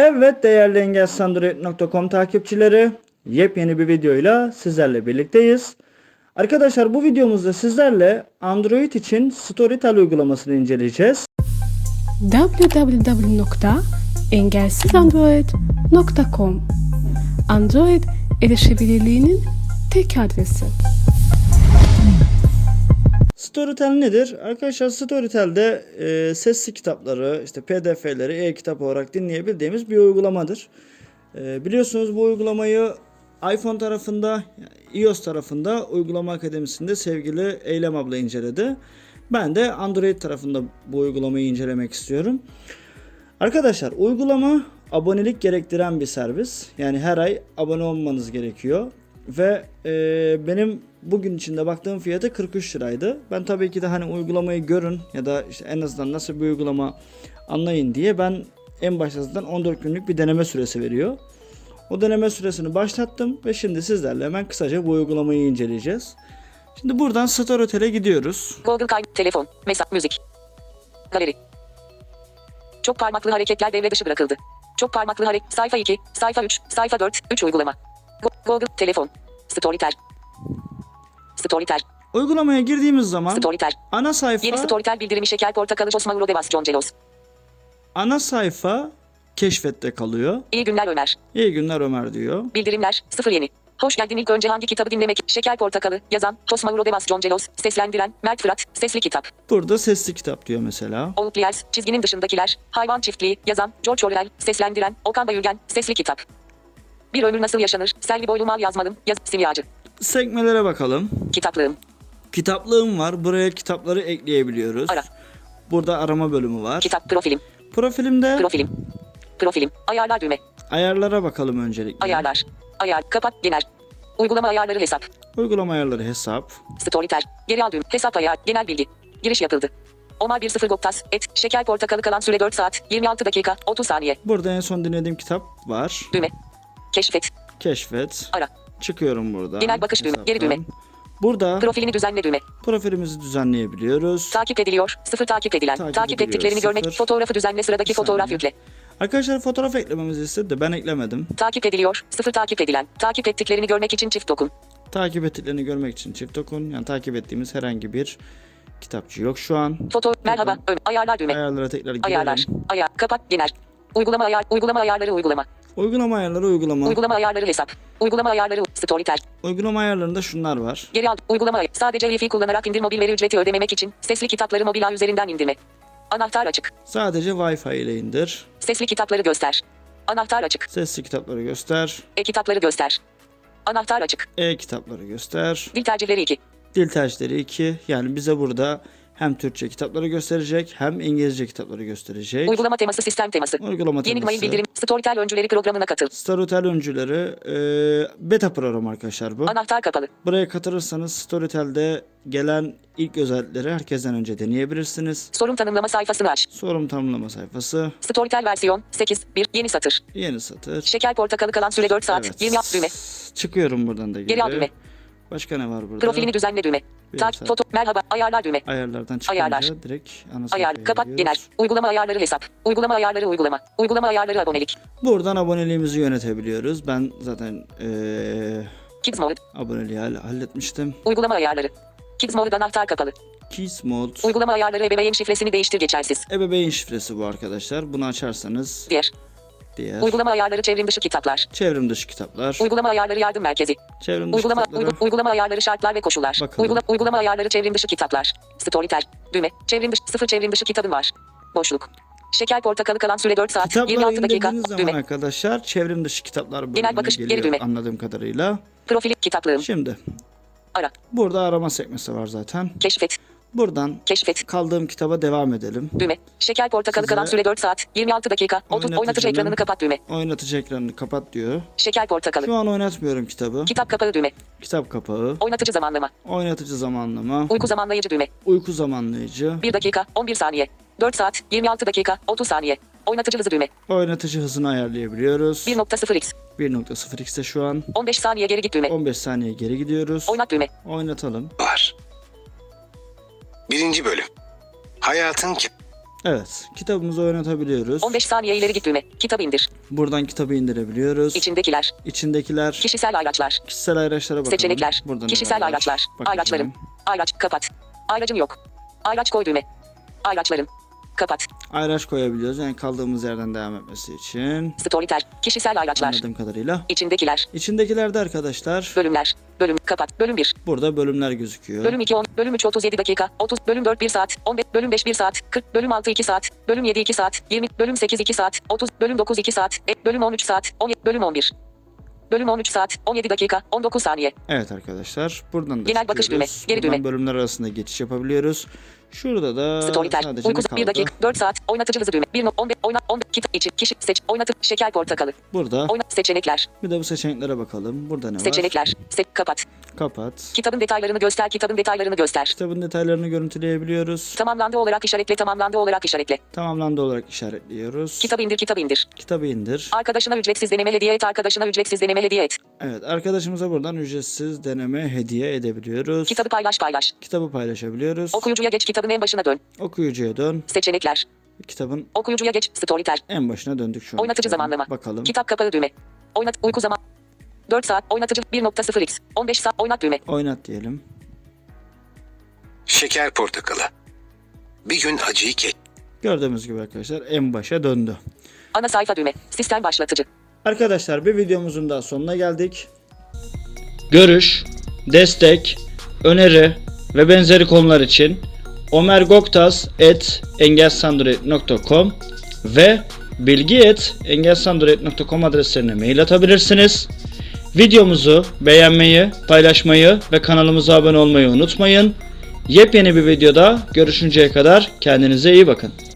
Evet değerli engelsizandroid.com takipçileri, yepyeni bir videoyla sizlerle birlikteyiz. Arkadaşlar bu videomuzda sizlerle Android için Storytel uygulamasını inceleyeceğiz. www.engelsizandroid.com Android erişebilirliğinin tek adresi. Storytel nedir? Arkadaşlar Storytel'de sesli kitapları, işte PDF'leri e-kitap olarak dinleyebildiğimiz bir uygulamadır. Biliyorsunuz bu uygulamayı iPhone tarafında, iOS tarafında Uygulama Akademisi'nde sevgili Eylem abla inceledi. Ben de Android tarafında bu uygulamayı incelemek istiyorum. Arkadaşlar uygulama abonelik gerektiren bir servis. Yani her ay abone olmanız gerekiyor. Ve benim bugün içinde baktığım fiyatı 43 liraydı. Ben tabii ki de hani uygulamayı görün ya da işte en azından nasıl bir uygulama anlayın diye ben en başta zaten 14 günlük bir deneme süresi veriyor. O deneme süresini başlattım ve şimdi sizlerle hemen kısaca bu uygulamayı inceleyeceğiz. Şimdi buradan Storytel'e gidiyoruz. Google kayıt, telefon, mesaj, müzik, galeri. Çok parmaklı hareketler devre dışı bırakıldı. Çok parmaklı hareket, sayfa 2, sayfa 3, sayfa 4, 3 uygulama. Google, telefon, Storytel. Storytel, Uygulamaya girdiğimiz zaman Storytel. ana sayfa Yeni Storytel bildirimi şeker portakalı Josmauro Devas Congelos. ana sayfa keşfette kalıyor. İyi günler Ömer. İyi günler Ömer diyor. Bildirimler, 0 yeni. Hoş geldin ilk önce hangi kitabı dinlemek? Şeker portakalı, yazan, Josmauro Devas Congelos, seslendiren, Mert Fırat, sesli kitap. Burada sesli kitap diyor mesela. Outliers, çizginin dışındakiler, hayvan çiftliği, yazan, George Orwell, seslendiren, Okan Bayülgen, sesli kitap. Bir ömür nasıl yaşanır? Selvi Boylu Mal yazmalım, simyacı. Sekmelere bakalım. Kitaplığım. Kitaplığım var. Buraya kitapları ekleyebiliyoruz. Ara. Burada arama bölümü var. Kitap, profilim. Profilimde Profilim. Profilim. Ayarlar düğme. ayarlara bakalım öncelikle. Ayarlar. Ayar. Kapat. Genel. Uygulama ayarları hesap. Uygulama ayarları hesap. Storytel. Geri al düğme. Hesap ayar. Genel bilgi. Giriş yapıldı. Omar 10 Goktas. Şeker portakalı kalan süre 4 saat. 26 dakika. 30 saniye. Burada en son dinlediğim kitap var. Düğme. Keşfet. Keşfet. Ara. Çıkıyorum burada. Genel bakış düğme. Geri düğme. Burada Profilini düzenle düğme. profilimizi düzenleyebiliyoruz. Takip ediliyor. 0 takip edilen. Takip Takip ediliyor, ettiklerini 0. görmek. Fotoğrafı düzenle. Sıradaki Bir fotoğraf saniye. yükle. Arkadaşlar fotoğraf eklememizi istedi de ben eklemedim. Takip ediliyor. 0 takip edilen. Takip ettiklerini görmek için çift dokun. Takip ettiklerini görmek için çift dokun. Yani takip ettiğimiz herhangi bir kitapçı yok şu an. Merhaba. Ayarlar düğme. Ayarlara tekrar girelim. Ayarlar. Ayar. Kapat. Genel. Uygulama ayar. Uygulama ayarları uygulama. Uygulama ayarları uygulama. Uygulama ayarları hesap. Uygulama ayarları Storytel. Uygulama ayarlarında şunlar var. Geri al. Uygulama sadece Wi-Fi kullanarak indir mobil veri ücreti ödememek için. Sesli kitapları mobil ağ üzerinden indirme. Anahtar açık. Sadece Wi-Fi ile indir. Sesli kitapları göster. Anahtar açık. Sesli kitapları göster. E-kitapları göster. Anahtar açık. E-kitapları göster. Dil tercihleri 2. Dil tercihleri 2. Yani bize burada hem Türkçe kitapları gösterecek hem İngilizce kitapları gösterecek. Uygulama teması sistem teması. Uygulama Yeni teması. mail bildirim. Storytel öncüleri programına katıl. Storytel öncüleri beta program arkadaşlar bu. Anahtar kapalı. Buraya Katılırsanız Storytel'de gelen ilk özellikleri herkesten önce deneyebilirsiniz. Sorun tanımlama sayfasını aç. Sorum tamamlama sayfası. Storytel versiyon 8.1 yeni satır. Yeni satır. Şeker portakalı kalan süre 4 saat. Evet. 26 düğme. Çıkıyorum buradan da Geri al düğme. Başka ne var burada? Profilini düzenle düğme. Saat. Foto. Merhaba. Ayarlar düğme. Ayarlardan çıkınca Ayarlar. direkt ana Ayar. sayfaya Kapat. Genel. geliyoruz. Uygulama ayarları hesap. Uygulama ayarları uygulama. Uygulama ayarları abonelik. Buradan aboneliğimizi yönetebiliyoruz. Ben zaten Kids Mode. aboneliği halletmiştim. Uygulama ayarları. Kids Mode anahtar kapalı. Kids Mode. Uygulama ayarları ebeveyn şifresini değiştir geçersiz. Ebeveyn şifresi bu arkadaşlar. Bunu açarsanız Diğer. Uygulama ayarları çevrim dışı kitaplar. çevrim dışı kitaplar. Uygulama ayarları yardım merkezi. Çevrim dışı Uygulama kitapları. uygulama ayarları şartlar ve koşullar. Bakalım. Uygulama ayarları çevrim dışı kitaplar. Storytel. Düğme. Çevrim dışı 0 çevrim dışı kitabın var. Boşluk. Şeker portakalı kalan süre 4 saat. Kitapları 26 dakika. indirdiğiniz zaman Düğme. arkadaşlar çevrim dışı kitaplar bölümüne Genel bakış, geri geliyor düğme. anladığım kadarıyla. Profili kitaplığım. Şimdi Ara. burada arama sekmesi var zaten. Keşfet. Buradan Keşfet. kaldığım kitaba devam edelim. Düğme. Şeker portakalı Size kalan süre 4 saat. 26 dakika. Oynatıcı ekranını kapat düğme. Oynatıcı ekranını kapat diyor. Şeker portakalı. Şu an oynatmıyorum kitabı. Kitap kapağı düğme. Kitap kapağı. Oynatıcı zamanlama. Oynatıcı zamanlama. Uyku zamanlayıcı düğme. Uyku zamanlayıcı. 1 dakika. 11 saniye. 4 saat. 26 dakika. 30 saniye. Oynatıcı hızı düğme. Oynatıcı hızını ayarlayabiliyoruz. 1.0x. 1.0x'te şu an. 15 saniye geri git düğme. 15 saniye geri gidiyoruz. Oynat düğme. Oynatalım. Var. 1. bölüm. Hayatın Evet, kitabımızı oynatabiliyoruz. 15 saniye ileri git düğme. Kitabı indir. Buradan kitabı indirebiliyoruz. İçindekiler. İçindekiler, Kişisel araçlar. kişisel araçlara bakalım. Seçenekler. Burada Kişisel neler var? araçlar. Bakacağım. Araçlarım. Araç kapat. Aracım yok. Araç koy düğme. Araçlarım. Kapat. Ayraç koyabiliyoruz. Yani kaldığımız yerden devam etmesi için. Storytel. Kişisel araçlar. Anladığım kadarıyla. İçindekiler. İçindekilerde arkadaşlar Bölümler. Bölüm kapat. Bölüm 1. burada bölümler gözüküyor. Bölüm 2 10. Bölüm 3 37 dakika. 30. Bölüm 4 1 saat. 15. Bölüm 5 1 saat. 40. Bölüm 6 2 saat. Bölüm 7 2 saat. 20. Bölüm 8 2 saat. 30. Bölüm 9 2 saat. Bölüm 13 saat. 17. Bölüm 11. Bölüm 13 saat. 17 dakika. 19 saniye. Evet arkadaşlar, buradan da Genel bakış çıkıyoruz. düğme, geri Buradan düğme. bölümler arasında geçiş yapabiliyoruz. Şurada da Storytel. sadece Uyku ne kaldı? 1 dakika. 4 saat. Oynatıcı hızı düğme. 1 15. Oynat 15. Kitap için. Kişi seç. Oynatı. Şeker portakalı. Burada Oynat. Seçenekler. bir de bu seçeneklere bakalım. Burada ne var? Seçenekler. Kapat. Kapat. Kitabın detaylarını göster. Kitabın detaylarını göster. Kitabın detaylarını görüntüleyebiliyoruz. Tamamlandı olarak işaretle. Tamamlandı olarak işaretle. Tamamlandı olarak işaretliyoruz. Kitabı indir. Kitabı indir. Kitabı indir. Arkadaşına ücretsiz deneme hediye et. Arkadaşına ücretsiz deneme hediye et. Evet, arkadaşımıza buradan ücretsiz deneme hediye edebiliyoruz. Kitabı paylaş paylaş. Kitabı paylaşabiliyoruz. Okuyucuya geç. Kitabın en başına dön. Okuyucuya dön. Seçenekler. Kitabın Okuyucuya geç. Storytel. en başına döndük şu an. Oynatıcı zamanlama. Bakalım. Kitap kapağı düğme. Oynat. Uyku zaman. 4 saat. Oynatıcı 1.0x. 15 saat. Oynat düğme. Oynat diyelim. Şeker portakalı. Bir gün acıyı Gördüğümüz gibi arkadaşlar en başa döndü. Ana sayfa düğme. Sistem başlatıcı. Arkadaşlar bir videomuzun daha sonuna geldik. Görüş, destek, öneri ve benzeri konular için omergoktas@engelsandroid.com ve bilgi@engelsandroid.com adreslerine mail atabilirsiniz. Videomuzu beğenmeyi, paylaşmayı ve kanalımıza abone olmayı unutmayın. Yepyeni bir videoda görüşünceye kadar kendinize iyi bakın.